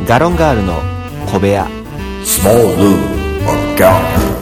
ガロンガールの小部屋。 Small Lou or Gallagher。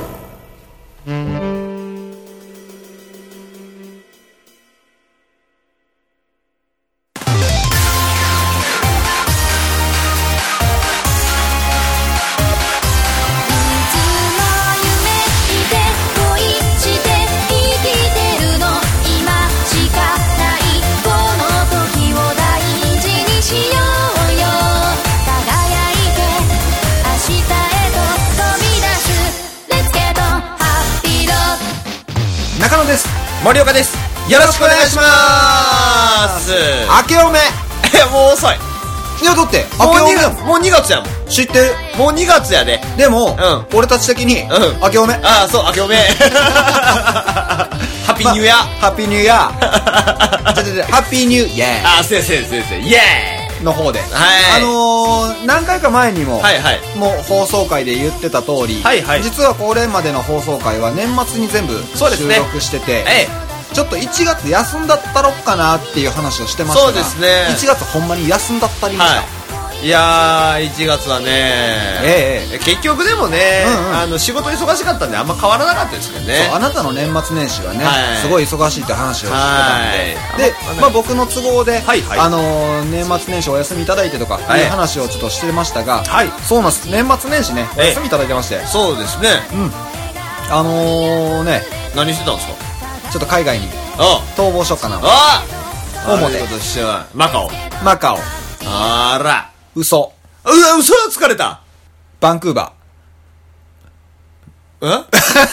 中野です。 森岡です。よろしくお願いします。 明けおめ。 もう遅い。 いやだってもう2月やもん。 知ってる。 もう2月やで。 でも、俺たち的に、明けおめ。 ああ、そう、明けおめ。ハッピーニューイヤー。 ハッピーニューイヤー。ハッピーニューイヤー。 ああ、せいイエーイの方で、 はい、 何回か前にも、 はいはい、 もう放送回で言ってた通り、 はいはい、 実はこれまでの放送回は年末に全部収録してて、ちょっと1月休んだったろっかなっていう話をしてましたが、 そうですね、 1月ほんまに休んだったりました。 いやー、1月はね、結局でもね、仕事忙しかったんであんま変わらなかったですけどね。 そう、あなたの年末年始はね、すごい忙しいって話をしてたんで、で、僕の都合で、年末年始お休みいただいてとかいう話をちょっとしてましたが、そうなんです、年末年始ね、お休みいただいてまして。 そうですね。何してたんですか？ ちょっと海外に逃亡しよっかな。 思ってマカオ。あら、 嘘は疲れた。 バンクーバー。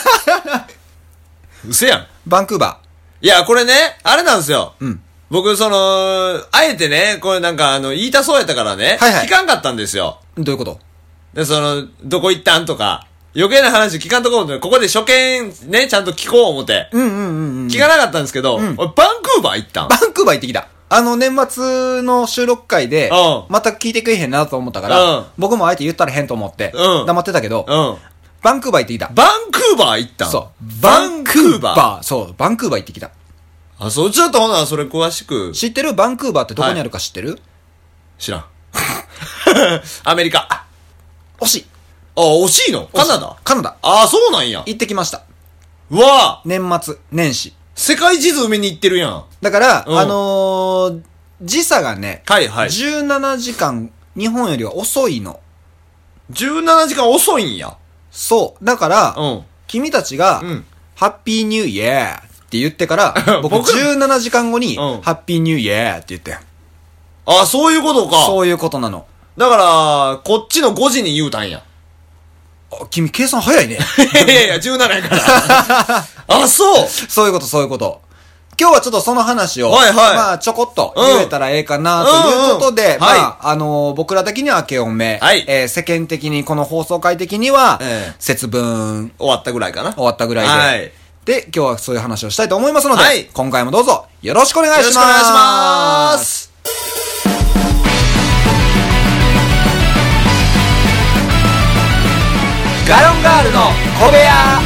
嘘やん。 バンクーバー。いや、これね、あれなんですよ。僕、あえてね、これなんか言いたそうやったからね、聞かんかったんですよ。 どういうこと？ で、どこ行ったんとか、余計な話聞かんとこう思って、ここで初見ね、ちゃんと聞こう思って。聞かなかったんですけど、俺、バンクーバー行ったん？ バンクーバー行ってきた。年末の収録会で、また聞いてくれへんなと思ったから、僕もあえて言ったらへんと思って、黙ってたけど、バンクーバー行ってきた。 バンクーバー行ったん？ そう。バンクーバー。そう、バンクーバー行ってきた。 あ、そう、ちょっとほな、それ詳しく。 知ってる？バンクーバーってどこにあるか知ってる？ 知らん。アメリカ。 惜しい。 あ、惜しいの？カナダ。あ、そうなんや。 行ってきました。 うわぁ。 年末、年始。 世界地図埋めに行ってるやん。 だから、時差がね、17時間、日本よりは遅いの。 17時間遅いんや。 そう。だから、君たちが、ハッピーニューイヤーって言ってから、僕17時間後に、ハッピーニューイヤーって言って。 あ、そういうことか。 そういうことなの。 だから、こっちの5時に言うたんや。 君計算早いね。 いやいや、17やから。あ、そう。 そういうこと。今日はちょっとその話を、まあちょこっと言えたらええかなということで、まあ僕ら的には明けおめ、世間的にこの放送回的には、節分終わったぐらいかな。 終わったぐらいで、今日はそういう話をしたいと思いますので、今回もどうぞよろしくお願いします。よろしくお願いします。ガロンガールの小部屋。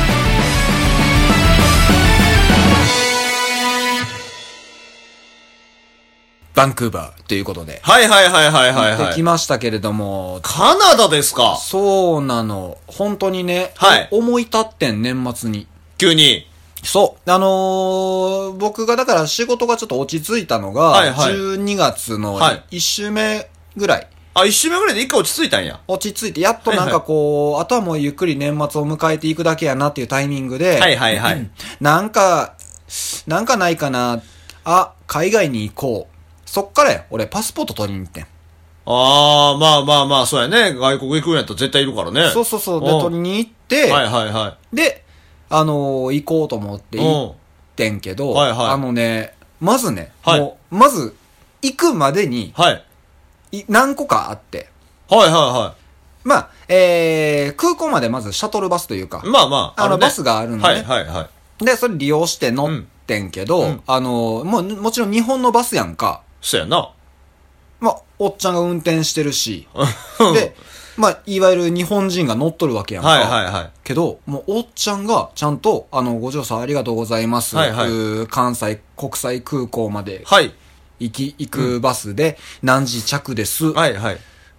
バンクーバーということで。行ってきましたけれども。 カナダですか？ そうなの。本当にね。思い立ってん、年末に。 急に。 そう。僕がだから仕事がちょっと落ち着いたのが、12月の1週目ぐらい。 あ、1週目ぐらいで一回落ち着いたんや。 落ち着いて、やっとなんかこう、あとはもうゆっくり年末を迎えていくだけやなっていうタイミングで、なんかないかな、海外に行こう。そっからや、俺パスポート取りに行ってん。 あー、まあ、そうやね。外国行くんやったら絶対いるからね。 そう。で、取りに行って、で、行こうと思って行ってんけど、まずね、まず、行くまでに、何個かあって。まあ、空港までまずシャトルバスというか、バスがあるんで、で、それ利用して乗ってんけど、もちろん日本のバスやんか。 そうやな。 まあ、おっちゃんが運転してるし、で、まあ、いわゆる日本人が乗っとるわけやんか。けど、もうおっちゃんがちゃんと、ご乗車ありがとうございます。関西国際空港まで行くバスで何時着です。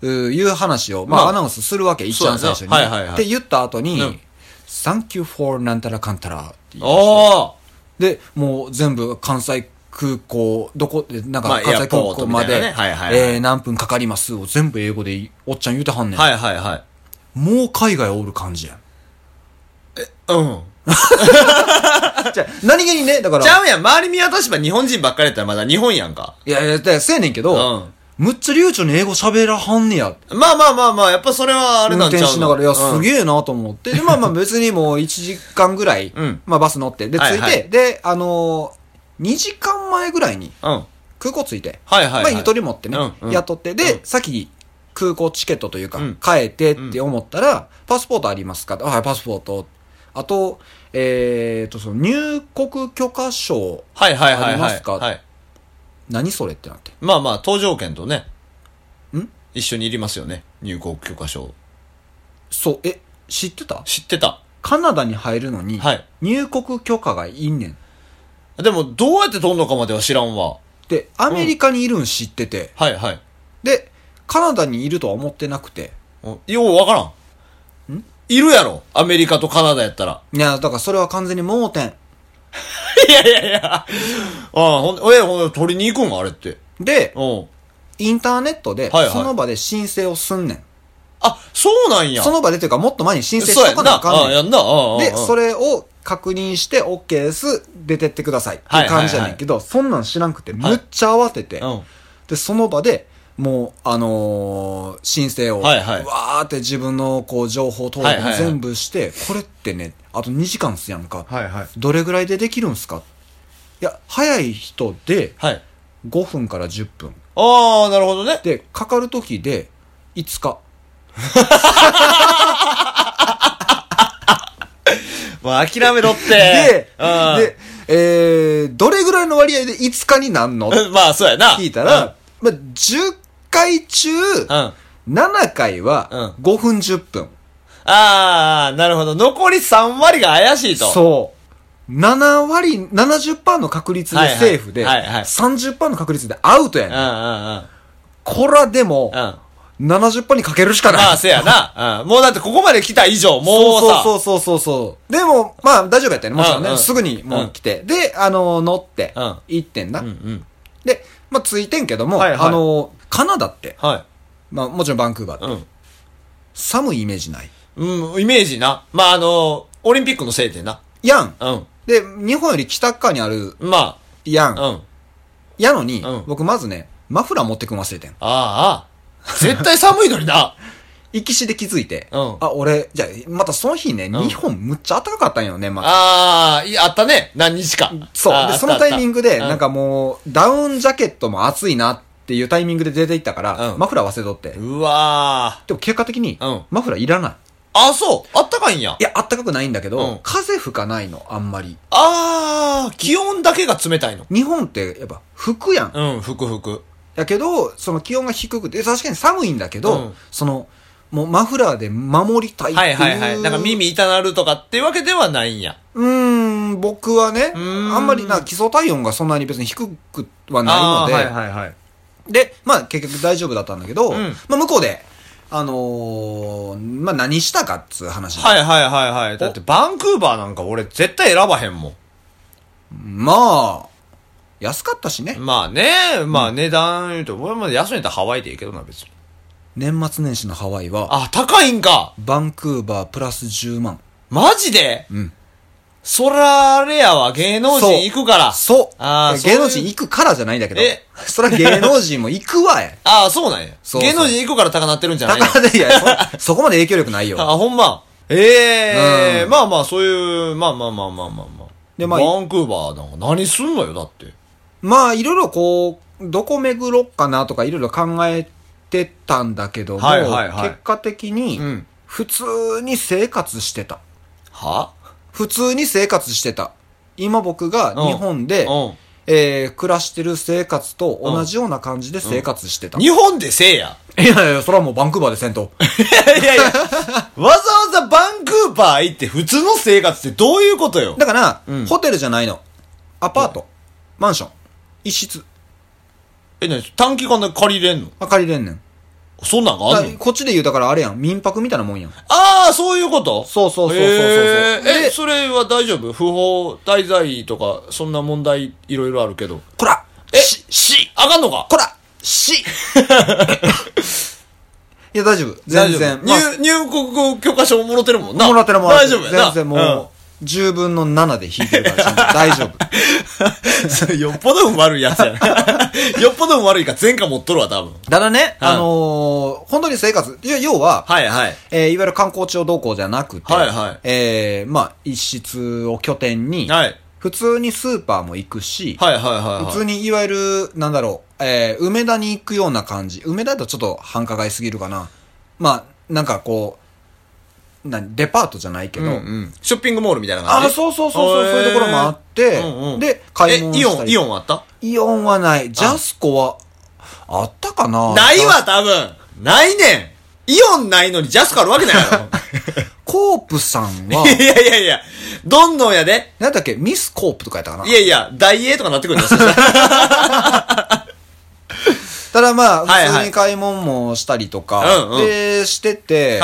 いう話を、まあ、アナウンスするわけ、一番最初に。 はいはいはい。 って言った後に、Thank you for なんたらかんたらって言いまして。で、もう全部関西空港、なんか関西空港まで、何分かかりますを全部英語でおっちゃん言うてはんねん。 はいはいはい。 もう海外おる感じやん。 うん。 じゃあ、何気にね、だから。 ちゃうやん、周り見渡せば日本人ばっかりやったらまだ日本やんか。 いや、せやねんけど、むっちゃ流暢に英語喋らはんねや。 まあ、やっぱそれはあれなんちゃうの。 運転しながら、いや、すげえなと思って。で、まあ別にもう1時間ぐらい、まあバス乗って、で、着いて、で、2時間前ぐらいに、空港着いて、まあゆとり持ってね、雇って、で、先空港チケットというか、変えてって思ったら、パスポートありますか？はい、パスポート。あと、その入国許可証ありますか？はい。何それってなって。 まあ、搭乗券とね。一緒にいりますよね。入国許可証。 そう、知ってた？ 知ってた。 カナダに入るのに、入国許可がいんねん。 でも、どうやって取んのかまでは知らんわ。 で、アメリカにいるん知ってて。 はいはい。 で、カナダにいるとは思ってなくて。 ようわからん。いるやろアメリカとカナダやったら。 いや、だからそれは完全に盲点。 いや。ほんで取りに行くんあれって。 で、インターネットで、その場で申請をすんねん。 あ、そうなんや。 その場でというか、もっと前に申請しとかなあかんねん。 やんな。 で、それを確認して、OK です、出てってください。っていう感じじゃないけど、そんなん知らんくて、むっちゃ慌てて、で、その場で、もう、申請を、わーって自分の、情報登録全部して、これってね、あと2時間っすやんか。どれぐらいでできるんすか？いや、早い人で、5分から10分。 ああ、なるほどね。 で、かかるときで、5日。 もう諦めろって。 で、どれぐらいの割合で5日になんの？ まあ、そうやな。 聞いたら、まあ、10回中、7回は5分10分。 ああ、なるほど。残り3割が怪しいと。 そう。7割、70% の確率でセーフで、30% の確率でアウトやねん。こらでも、70% にかけるしかない。 まあ、せやな。もうだってここまで来た以上、もうさ。 そう。でも、まあ大丈夫やったよね。もちろんね。すぐにもう来て。で、乗って、行ってんな。で、まあ着いてんけども、カナダって、まあもちろんバンクーバーって、寒いイメージない？ イメージな。まあオリンピックのせいでな。 やん。で、日本より北側にある、やん。やのに、僕まずね、マフラー持ってくん忘れてん。 絶対寒いのにな。 行きしで気づいて。俺、じゃあ、またその日ね、日本むっちゃ暖かかったんよね、 あったね。何日か。 そう。で、そのタイミングで、なんかもう、ダウンジャケットも暑いなっていうタイミングで出て行ったから、マフラー忘れとって。 うわでも結果的に、マフラーいらない。 そう。あったかいんや。 いや、あったかくないんだけど、風吹かないの、あんまり。 気温だけが冷たいの。 日本って、やっぱ、吹くやん。 吹く。 やけど、その気温が低くて、確かに寒いんだけど、もうマフラーで守りたいっていう。 なんか耳痛なるとかっていうわけではないんや。 僕はね、あんまり基礎体温がそんなに別に低くはないので、で、まあ結局大丈夫だったんだけど、まあ向こうで、まあ何したかっつう話。 だってバンクーバーなんか俺絶対選ばへんもん。 まあ、安かったしね。 まあね、値段言うと、俺まで安いんやったらハワイでいいけどな、別に。 年末年始のハワイは、 高いんか。 バンクーバープラス10万。 マジで？そらあれやわ、芸能人行くから。 そう。芸能人行くからじゃないんだけど。そら芸能人も行くわや。 そうなんや。芸能人行くから高なってるんじゃないの？ いや、そこまで影響力ないよ。 ほんま。まあ、そういう、まあ。で、バンクーバーなんか何すんのよ、だって。 まあ、いろいろどこ巡ろっかなとかいろいろ考えてたんだけども、結果的に、普通に生活してた。普通に生活してた。今僕が日本で、暮らしてる生活と同じような感じで生活してた。 日本でせえや。 いや、それはもうバンクーバーでせんと。 いや、わざわざバンクーバー行って普通の生活ってどういうことよ。 だから、ホテルじゃないの。アパート、マンション、一室。 短期間で借りれんの？ 借りれんねん。 そんなんがあんの？ こっちで言うだからあれやん。民泊みたいなもんやん。 ああ、そういうこと？ そうそうそうそうそう。 それは大丈夫？不法滞在とか、そんな問題いろいろあるけど。 こらあかんのか？ こらいや、大丈夫。全然。 入国許可証もろてるもんな。 もらってる。 大丈夫やな。 全然もう、10分の7で引いてるから大丈夫。 よっぽど運悪いやつやな。よっぽど運悪いから前科持っとるわ、多分。 ただね、本当に生活、要は、 はいはい。 いわゆる観光地をどうこうじゃなくて、 はいはい。 まあ、一室を拠点に、 はい。 普通にスーパーも行くし、 はいはいはい。 普通にいわゆる、なんだろう、梅田に行くような感じ。梅田だとちょっと繁華街すぎるかな。まあ、なんかこう、デパートじゃないけど、 ショッピングモールみたいな感じ。 そういうところもあって、で、買い物したり。 イオンあった？ イオンはない。ジャスコは、あったかな？ ないわ、多分。ないねん。イオンないのにジャスコあるわけないやろ。 コープさんは、 いや、どんどんやで。 なんだっけ、ミスコープとかやったかな？ いや、大英とかなってくるんですよ。 ただまあ、普通に買い物もしたりとか、で、してて、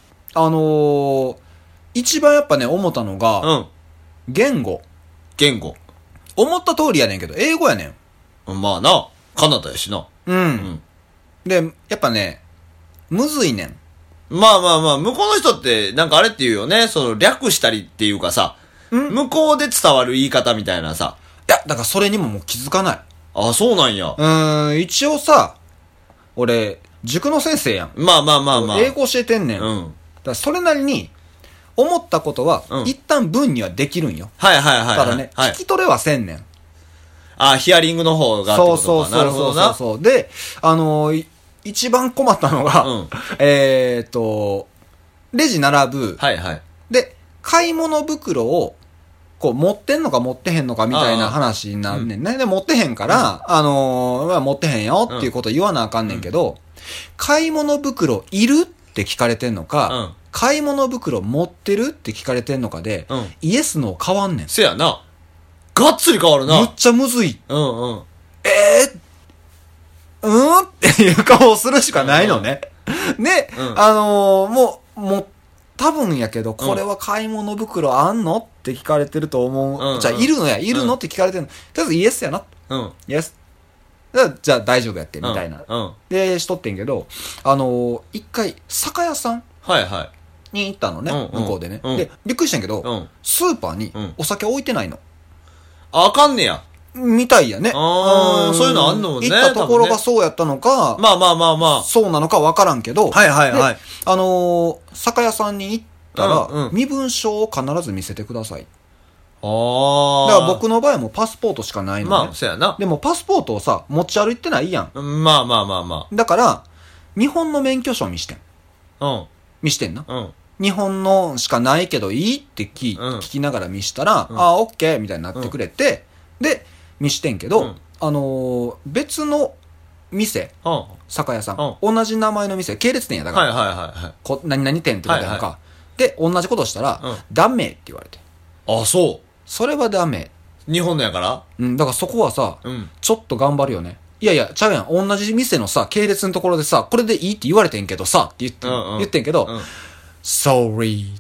一番やっぱね、思ったのが、言語。思った通りやねんけど、英語やねん。まあな、カナダやしな。 で、やっぱね、むずいねん。 まあ、向こうの人って、なんかあれって言うよね、略したりっていうかさ、向こうで伝わる言い方みたいなさ。 いや、だからそれにももう気づかない。 あ、そうなんや。 一応さ、俺、塾の先生やん。 まあ。 英語教えてんねん。だからそれなりに、思ったことは、一旦文にはできるんよ。 はい。 ただね、聞き取れはせんねん。 ヒアリングの方がってことか。なるほどな。 そう。で、一番困ったのが、レジ並ぶ。で、買い物袋を、こう、持ってんのか持ってへんのかみたいな話になるねんね。で、持ってへんから、持ってへんよっていうこと言わなあかんねんけど、買い物袋いるって聞かれてんのか、買い物袋持ってるって聞かれてんのかで、イエスノー変わんねん。 せやな。がっつり変わるな。 むっちゃむずい。っていう顔をするしかないのね。で、もう、多分やけど、これは買い物袋あんのって聞かれてると思う。じゃあ、いるのって聞かれてるの。とりあえずイエスやな。イエス。じゃあ大丈夫やって、みたいな。で、しとってんけど、一回、酒屋さんに行ったのね、向こうでね。で、びっくりしたんやけど、スーパーにお酒置いてないの。 あかんねや。 みたいやね。 そういうのあんのね。 行ったところがそうやったのか、 まあ。 そうなのかわからんけど、 はい。 酒屋さんに行ったら、身分証を必ず見せてください。だから僕の場合はもうパスポートしかないのね。 まあ、そうやな。 でもパスポートをさ、持ち歩いてないやん。 まあ。 だから、日本の免許証見してん。見してんな。日本のしかないけどいいって聞きながら見したら、オッケーみたいになってくれて、で、見してんけど、別の店、酒屋さん、同じ名前の店、系列店やだから、何々店ってことやんか。で、同じことしたら、ダメって言われて。 あ、そう。 それはダメ。 日本のやから？ だからそこはさ、ちょっと頑張るよね。いや、ちゃうやん。同じ店のさ、系列のところでさ、これでいいって言われてんけどさ、って言ってんけど、sorry って。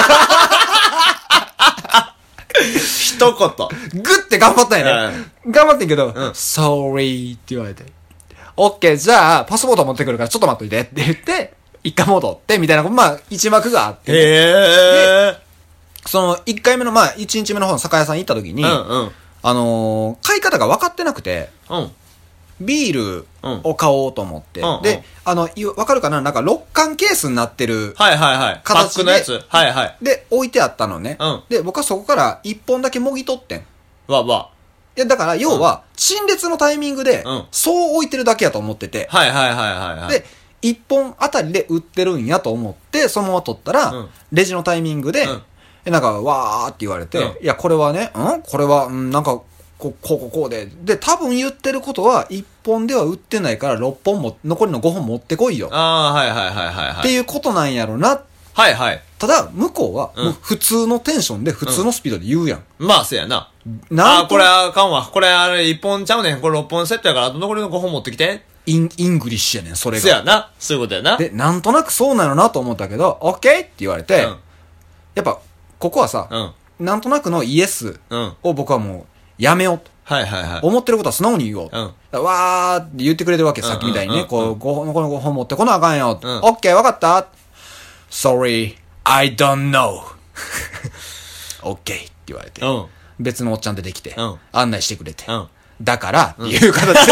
一言。 グッて頑張ったんやね。頑張ってんけど、sorry って言われて。OK、じゃあ、パスポート持ってくるからちょっと待っといてって言って、一回戻って、みたいな、まあ、一幕があって。で、その、一回目の、まあ、一日目の方の酒屋さん行った時に、買い方が分かってなくて、ビールを買おうと思って。で、わかるかな、なんか6缶ケースになってる。 形で。パックのやつ。 で、置いてあったのね。で、僕はそこから1本だけもぎ取ってん。いや、だから、要は、陳列のタイミングで、そう置いてるだけやと思ってて。で、1本あたりで売ってるんやと思って、そのまま取ったら、レジのタイミングで、なんか、わーって言われて、いや、これはね、これは、なんか、こうで。で、多分言ってることは、1本では売ってないから、6本も、残りの5本持ってこいよ。っていうことなんやろな。ただ、向こうは、普通のテンションで、普通のスピードで言うやん。 まあ、そうやな。これあかんわ。これ1本ちゃうねん。これ6本セットやから、あと残りの5本持ってきて。 イングリッシュやねん、それが。 そうやな。そういうことやな。 で、なんとなくそうなのなと思ったけど、オッケーって言われて、やっぱ、ここはさ、なんとなくのイエスを僕はもう、やめようと。 はいはいはい。 思ってることは素直に言おう。わーって言ってくれてるわけ、さっきみたいにね。この5本持ってこなあかんよ。オッケー、わかった ?Sorry, I don't know. オッケーって言われて。別のおっちゃん出てきて、案内してくれて。だから、っていう形で。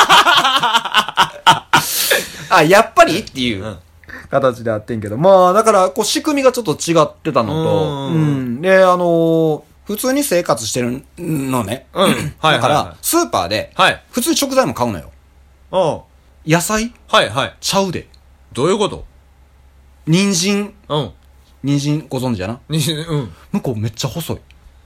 あ、やっぱりっていう形であってんけど。まあ、だから、こう、仕組みがちょっと違ってたのと、で、普通に生活してるのね。だから、スーパーで、普通に食材も買うのよ。野菜ちゃうで。 どういうこと？ 人参ご存知やな。向こうめっちゃ細い。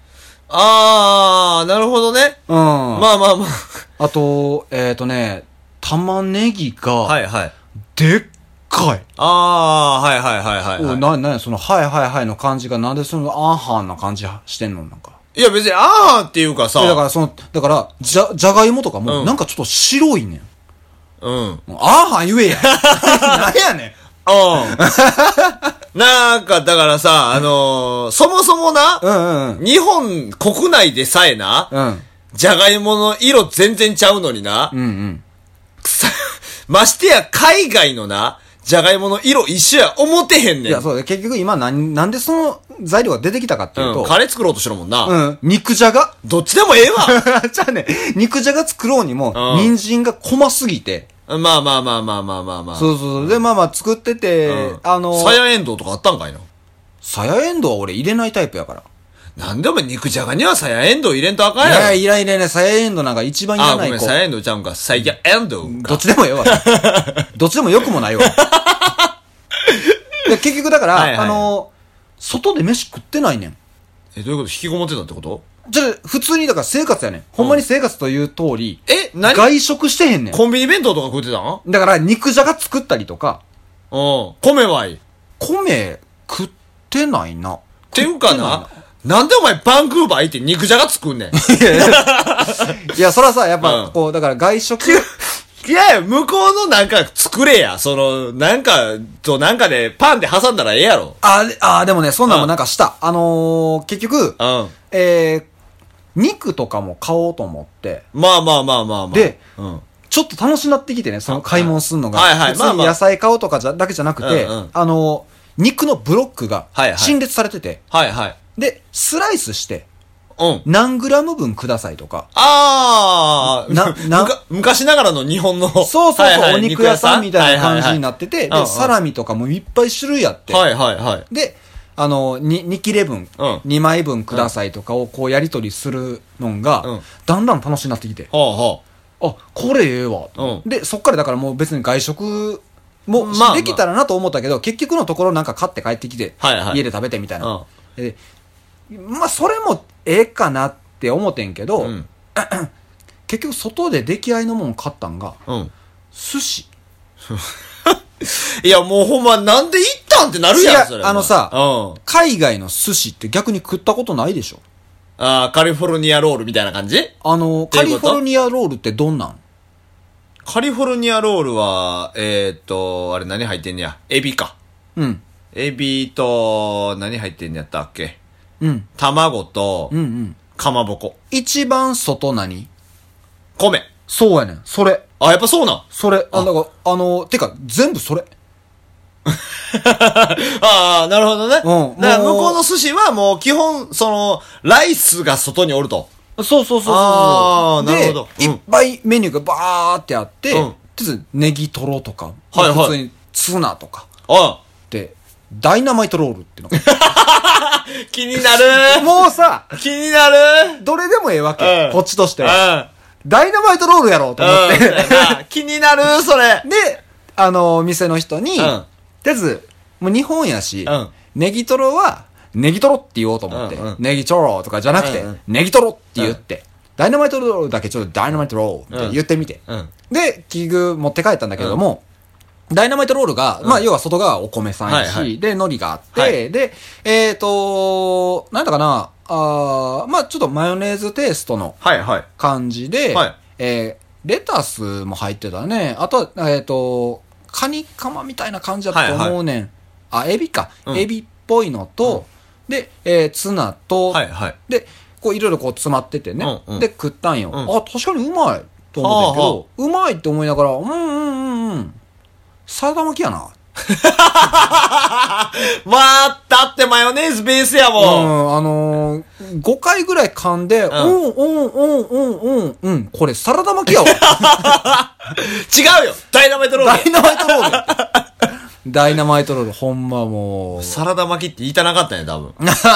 なるほどね。まあまあまあ。 あと、玉ねぎが、でっかい。 はいはいはいはい。 なんや、その、はいの感じが、なんでその、アーハンな感じしてんのなんか。 いや別に、アーハンっていうかさ。 だからじゃがいもとかも、なんかちょっと白いねん。アーハン言えや。なんやねん。 なんか、だからさ、そもそもな、日本国内でさえな、じゃがいもの色全然ちゃうのにな、ましてや海外のな、じゃがいもの色一緒や思ってへんねん。いや、そうで、結局今なんでその材料が出てきたかっていうと。 カレー作ろうとしてるもんな。 肉じゃが。 どっちでもええわじゃあね、肉じゃが作ろうにも、人参が細すぎて。 まあ。 そう。で、まあ作ってて、 さやえんどうとかあったんかいな。 さやえんどうは俺入れないタイプやから。 なんでお前肉じゃがにはさやえんどう入れんとあかんやろ。 いやいらさやえんどうなんか一番いらない。 ごめん、さやえんどうちゃうんか。さやえんどうか。 どっちでもええわ。どっちでもよくもないわ。結局だから、外で飯食ってないねん。 どういうこと？引きこもってたってこと？ じゃあ、普通にだから生活やねん。ほんまに生活という通り。 何？ 外食してへんねん。 コンビニ弁当とか食ってたん？ だから、肉じゃが作ったりとか。 米はいい。 米食ってないな。 っていうかなんでお前バンクーバー行って肉じゃが作んねん。 いや、そらさ、やっぱ、こう、だから外食。 いやいや、向こうのなんか作れや。なんかとなんかでパンで挟んだらええやろ。 でもね、そんなんもなんかした。結局、肉とかも買おうと思って。 まあ。 で、ちょっと楽しなってきてね、その買い物すんのが。普通に野菜買おうとかだけじゃなくて、肉のブロックが陳列されてて。で、スライスして、何グラム分くださいとか。 昔ながらの日本の。 そう、お肉屋さんみたいな感じになってて、で、サラミとかもいっぱい種類あって。で、2切れ分、2枚分くださいとかをこうやり取りするのが、だんだん楽しくなってきて。これええわ。で、そっからだからもう別に外食もできたらなと思ったけど、結局のところなんか買って帰ってきて、家で食べてみたいな。まあ、それもええかなって思ってんけど、結局外で出来合いのもん買ったんが、寿司。 いや、もうほんまなんで行ったんってなるやん、それ。 海外の寿司って逆に食ったことないでしょ。 カリフォルニアロールみたいな感じ？ カリフォルニアロールってどんなん？ カリフォルニアロールは、あれ何入ってんねや。エビか。エビと、何入ってんねやったっけ？卵と、かまぼこ。 一番外何？ 米。 そうやねん。それ。 やっぱそうなん？ それ。てか、全部それ。 なるほどね。だから向こうの寿司はもう基本、ライスが外におると。 そう。 なるほど。 いっぱいメニューがバーってあって、ネギトロとか、普通にツナとか。で、ダイナマイトロールってのが。 気になる。 もうさ、 気になる。 どれでもええわけ。こっちとしては。ダイナマイトロールやろうと思って。 気になる、それ。 で、店の人に、とりあえず、もう日本やし、ネギトロは、ネギトロって言おうと思って、ネギトロとかじゃなくて、ネギトロって言って、ダイナマイトロールだけちょっとダイナマイトロールって言ってみて。で、器具持って帰ったんだけども、ダイナマイトロールが、まあ、要は外側はお米さんやし、で、海苔があって、で、なんだかな、まあ、ちょっとマヨネーズテイストの感じで、 レタスも入ってたね。あと、カニカマみたいな感じだと思うねん。はいはい、エビか、エビっぽいのと、で、ツナと、はいはい、で、こういろいろこう詰まっててね。で、食ったんよ。あ、確かにうまいと思ったけど、うまいって思いながら、サラダ巻きやな。 だってマヨネーズベースやもん。5回ぐらい噛んで、これサラダ巻きやわ。違うよダイナマイトロール。 ダイナマイトロール。ダイナマイトロール、ほんまもう。 サラダ巻きって言いたなかったね、多分。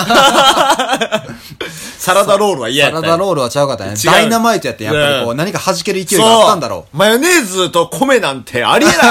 サラダロールは嫌やった、 サラダロールはちゃうかったね。ダイナマイトやってやっぱりこう、何か弾ける勢いがあったんだろう。マヨネーズと米なんてありえない。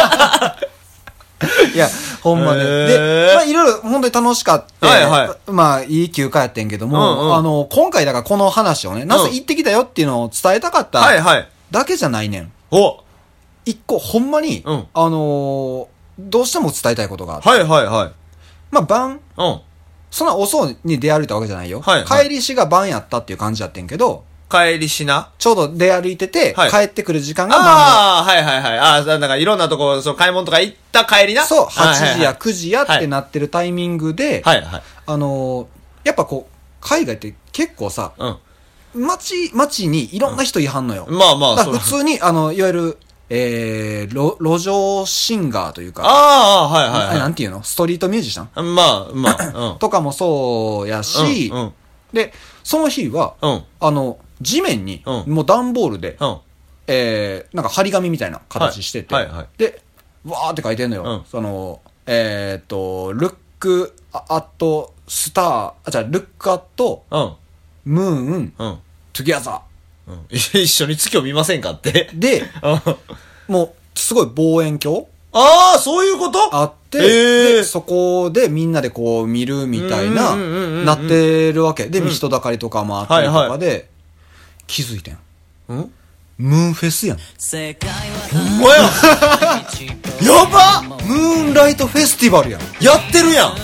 いや、ほんまね。で、まあいろいろ本当に楽しかった。はいはい。まあいい休暇やってんけども、今回だからこの話をね、なぜ行ってきたよっていうのを伝えたかった。はいはい。だけじゃないねん。一個、ほんまに、どうしても伝えたいことがあって。はいはいはい。まあ晩、そんな遅いに出歩いたわけじゃないよ。はいはい。帰りしが晩やったっていう感じやってんけど、 帰りしなちょうど出歩いてて、帰ってくる時間がはいはいはい。なんかいろんなとこ、買い物とか行った帰りな。 そう、8時や9時やってなってるタイミングで、はいはい。やっぱこう、海外って結構さ、街にいろんな人いはんのよ。 まあまあ、 普通に、いわゆる、路上シンガーというか。 はいはい。 なんていうのストリートミュージシャンまあ、 とかもそうやし、で、その日は、地面に、もう段ボールで、なんか張り紙みたいな形してて、で、わーって書いてんのよ。ルックアットスター、ルックアット、ムーン、トゥギャザー。一緒に月を見ませんかって。 で、もう、すごい望遠鏡そういうことあって、で、そこでみんなでこう見るみたいな、なってるわけ。で、人だかりとかもあったりとかで、気づいてん。ムーンフェスやん。ほんまややばムーンライトフェスティバルやん。 やってるやん。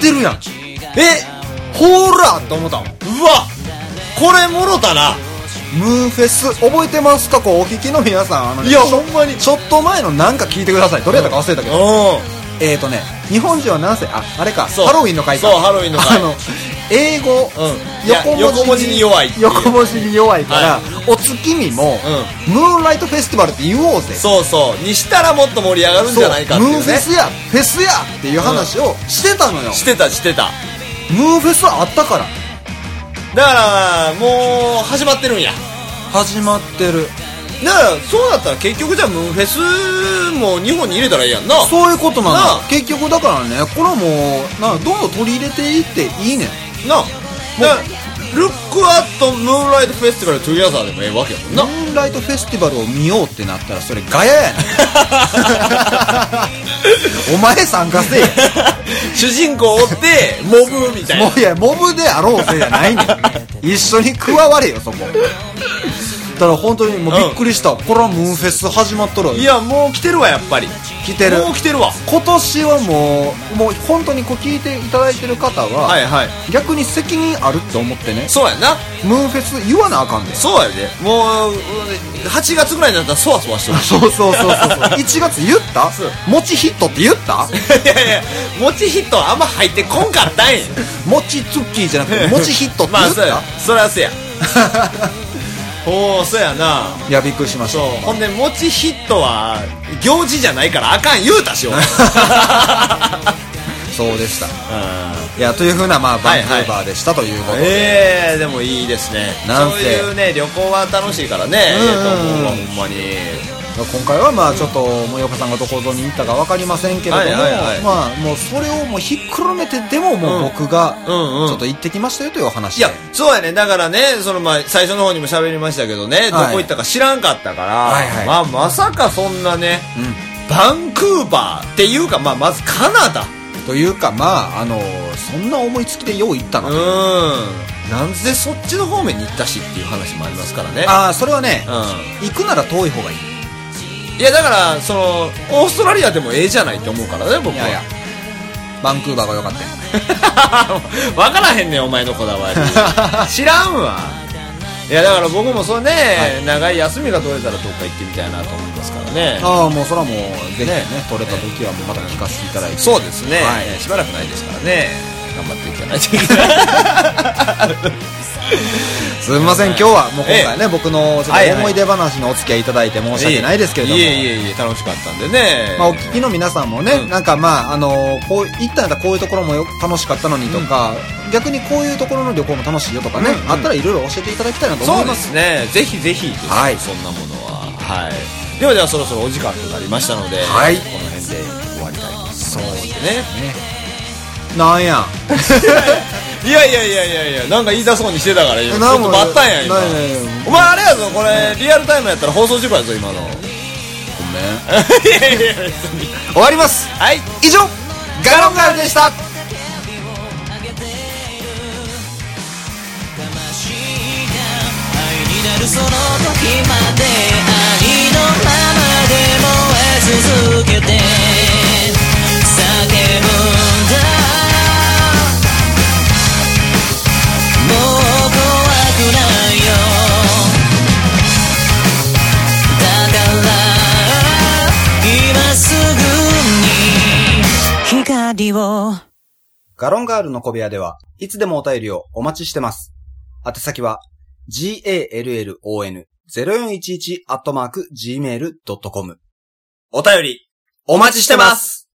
ほーらと思ったもん。うわこれもろたな。 ムーンフェス、覚えてますかこう、お聞きの皆さん。 いや、ほんまに。 ちょっと前のなんか聞いてください。どれやったか忘れたけど。日本人は何せ、あれか、ハロウィンの回か。 そう、ハロウィンの回。 英語、 横文字に弱い。 横文字に弱いから、お月見も、ムーンライトフェスティバルって言おうぜ。 そうそう。にしたらもっと盛り上がるんじゃないかっていうね。 ムーンフェスやっていう話をしてたのよ。 してた。 ムーンフェスはあったから。 だから、もう、始まってるんや。 始まってる。 だから、そうだったら結局じゃあムーンフェスも日本に入れたらいいやんな。 そういうことなんだ。結局だからね、これはもう、どんどん取り入れていっていいねん。 なあ。ルックアットムーンライトフェスティバルトゥギャザーでもええわけやもんな。 ムーンライトフェスティバルを見ようってなったらそれガヤやねん。お前参加せえや。 主人公を追ってモブみたいな。 いや、モブであろうぜじゃないねん。一緒に加われよ、そこ。だから本当にもうびっくりした。これはムーンフェス始まっとる。 いや、もう来てるわ、やっぱり。 来てる。 もう来てるわ。 今年はもう本当にこう聞いていただいてる方は、逆に責任あるって思ってね。 そうやな。 ムーンフェス言わなあかんで。 そうやで。もう、8月ぐらいになったらそわそわしてる。 そう。1月言ったもちヒットって言ったいや、もちヒットあんま入ってこんかったんや。 もちツッキーじゃなくて、もちヒットって言った。 そりゃそうや。そうやな。 いや、びっくりしました。 ほんで、もちヒットは行事じゃないからあかん言うたしよ。 そうでした。いや、というふうな、バンクーバーでしたということで。でもいいですね。そういうね、旅行は楽しいからね。ほんまに。 今回はちょっと森岡さんがどこぞに行ったか分かりませんけれども、もうそれをもうひっくるめてでももう僕がちょっと行ってきましたよというお話で。 いや、そうやね。だからね、最初の方にも喋りましたけどね、どこ行ったか知らんかったから、まさかそんなね、バンクーバーっていうか、まずカナダというか、そんな思いつきでよう行ったの。 なんでそっちの方面に行ったしっていう話もありますからね。 それはね、行くなら遠い方がいい。 いや、だからオーストラリアでもええじゃないって思うからね、僕は。いやバンクーバーが良かったよ。 分からへんねん、お前のこだわり。知らんわ。 いやだから僕もそうね、長い休みが取れたらどっか行ってみたいなと思いますからね。 ああ、もうそれはもうぜひね、取れた時はもうまた聞かせていただいて。 そうですね、しばらくないですからね、頑張っていかないといけない。 すみません、今日はもう今回ね、僕のちょっと思い出話のお付き合いいただいて申し訳ないですけれども。 いえ、楽しかったんでね。 まあ、お聞きの皆さんもね、なんかまあ、こう、行ったんだこういうところも楽しかったのにとか、逆にこういうところの旅行も楽しいよとかね、あったらいろいろ教えていただきたいなと思います。 そうですね。ぜひぜひです、はい、そんなものは。はい。ではそろそろお時間となりましたので、はい、この辺で終わりたいと。そうですね。 なんや。 いや、なんか言いたそうにしてたから、ちょっと待ったんや、今。お前あれやぞ、これ、リアルタイムやったら放送事故やぞ、今の。ごめん。いや、別に。終わります。 はい。 以上、ガロンガールでした。その時まで愛のままで燃え続けて叫ぶんだ、もう怖くないよ、だから今すぐに光を。ガロンガールの小部屋ではいつでもお便りをお待ちしてます。宛先はgallon0411@gmail.com。 お便りお待ちしてます。